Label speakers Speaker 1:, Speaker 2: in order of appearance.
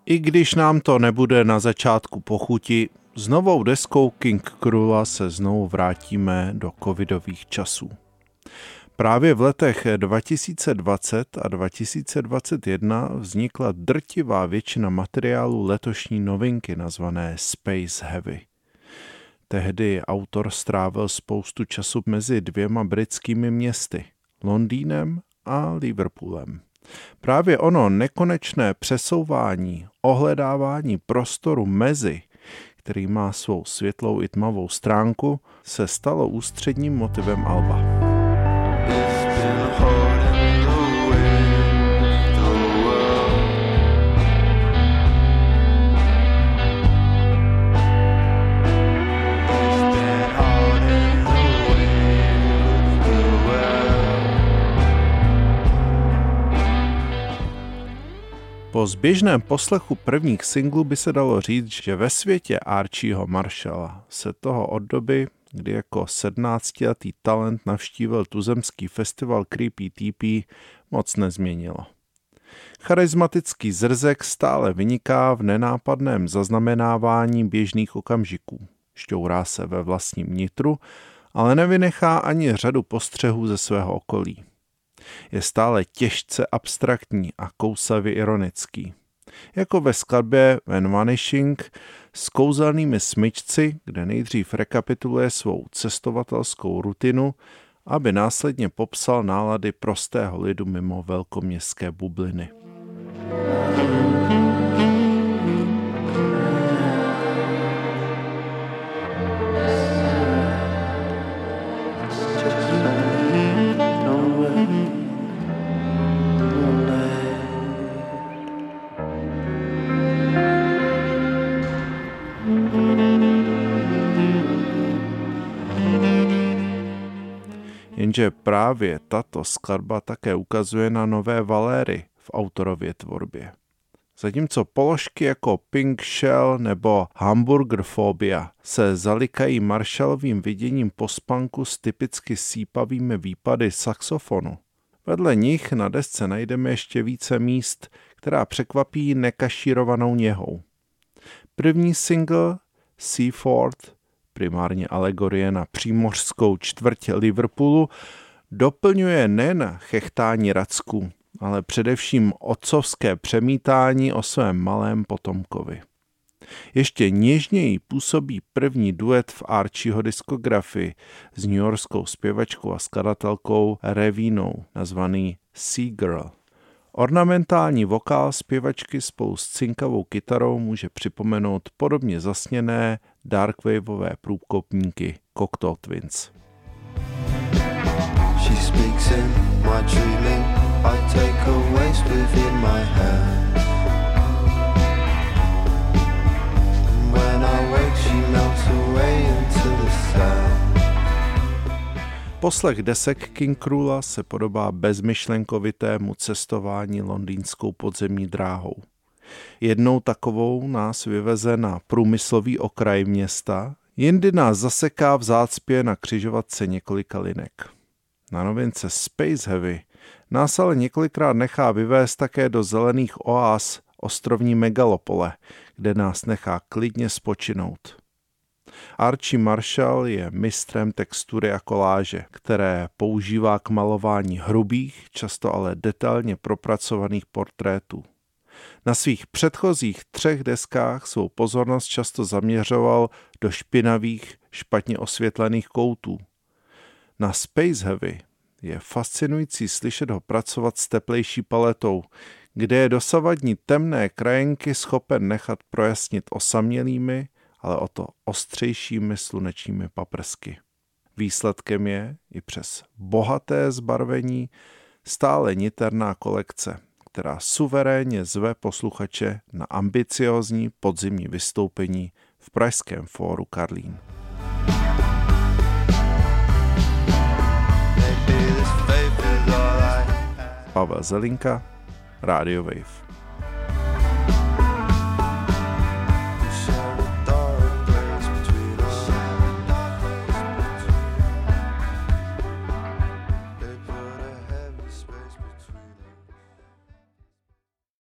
Speaker 1: I když nám to nebude na začátku po chuti, s novou deskou King Krula se znovu vrátíme do covidových časů. Právě v letech 2020 a 2021 vznikla drtivá většina materiálu letošní novinky nazvané Space Heavy. Tehdy autor strávil spoustu času mezi dvěma britskými městy, Londýnem a Liverpoolem. Právě ono nekonečné přesouvání, ohledávání prostoru mezi, který má svou světlou i tmavou stránku, se stalo ústředním motivem alba. Po zběžném poslechu prvních singlů by se dalo říct, že ve světě Archieho Marshalla se toho od doby, kdy jako 17letý talent navštívil tuzemský festival Creepy TP, moc nezměnilo. Charismatický zrzek stále vyniká v nenápadném zaznamenávání běžných okamžiků. Šťourá se ve vlastním nitru, ale nevynechá ani řadu postřehů ze svého okolí. Je stále těžce abstraktní a kousavě ironický. Jako ve skladbě When Vanishing s kouzelnými smyčci, kde nejdřív rekapituluje svou cestovatelskou rutinu, aby následně popsal nálady prostého lidu mimo velkoměstské bubliny. Jenže právě tato skladba také ukazuje na nové valéry v autorově tvorbě. Zatímco položky jako Pink Shell nebo Hamburgerphobia se zalikají Marshallovým viděním postpunku s typicky sípavými výpady saxofonu, vedle nich na desce najdeme ještě více míst, která překvapí nekašírovanou něhou. První single Seaford, primárně alegorie na přímořskou čtvrť Liverpoolu, doplňuje nejen chechtání racků, ale především otcovské přemítání o svém malém potomkovi. Ještě něžněji působí první duet v Archieho diskografii s newyorskou zpěvačkou a skladatelkou Revinou, nazvaný Sea Girl. Ornamentální vokál zpěvačky spolu s cinkavou kytarou může připomenout podobně zasněné darkwaveové průkopníky Cocteau Twins. She speaks in my dreaming, I take a waste within my hand. When I wake she melts away into the sand. Poslech desek King Krula se podobá bezmyšlenkovitému cestování londýnskou podzemní dráhou. Jednou takovou nás vyveze na průmyslový okraj města, jindy nás zaseká v zácpě na křižovatce několika linek. Na novince Space Heavy nás ale několikrát nechá vyvést také do zelených oáz ostrovní megalopole, kde nás nechá klidně spočinout. Archie Marshall je mistrem textury a koláže, které používá k malování hrubých, často ale detailně propracovaných portrétů. Na svých předchozích 3 deskách svou pozornost často zaměřoval do špinavých, špatně osvětlených koutů. Na Space Heavy je fascinující slyšet ho pracovat s teplejší paletou, kde je dosavadní temné krajenky schopen nechat projasnit osamělými, ale o to ostřejšími slunečními paprsky. Výsledkem je, i přes bohaté zbarvení, stále niterná kolekce, která suverénně zve posluchače na ambiciózní podzimní vystoupení v pražském fóru Karlín. Pavel Zelinka, Radio Wave.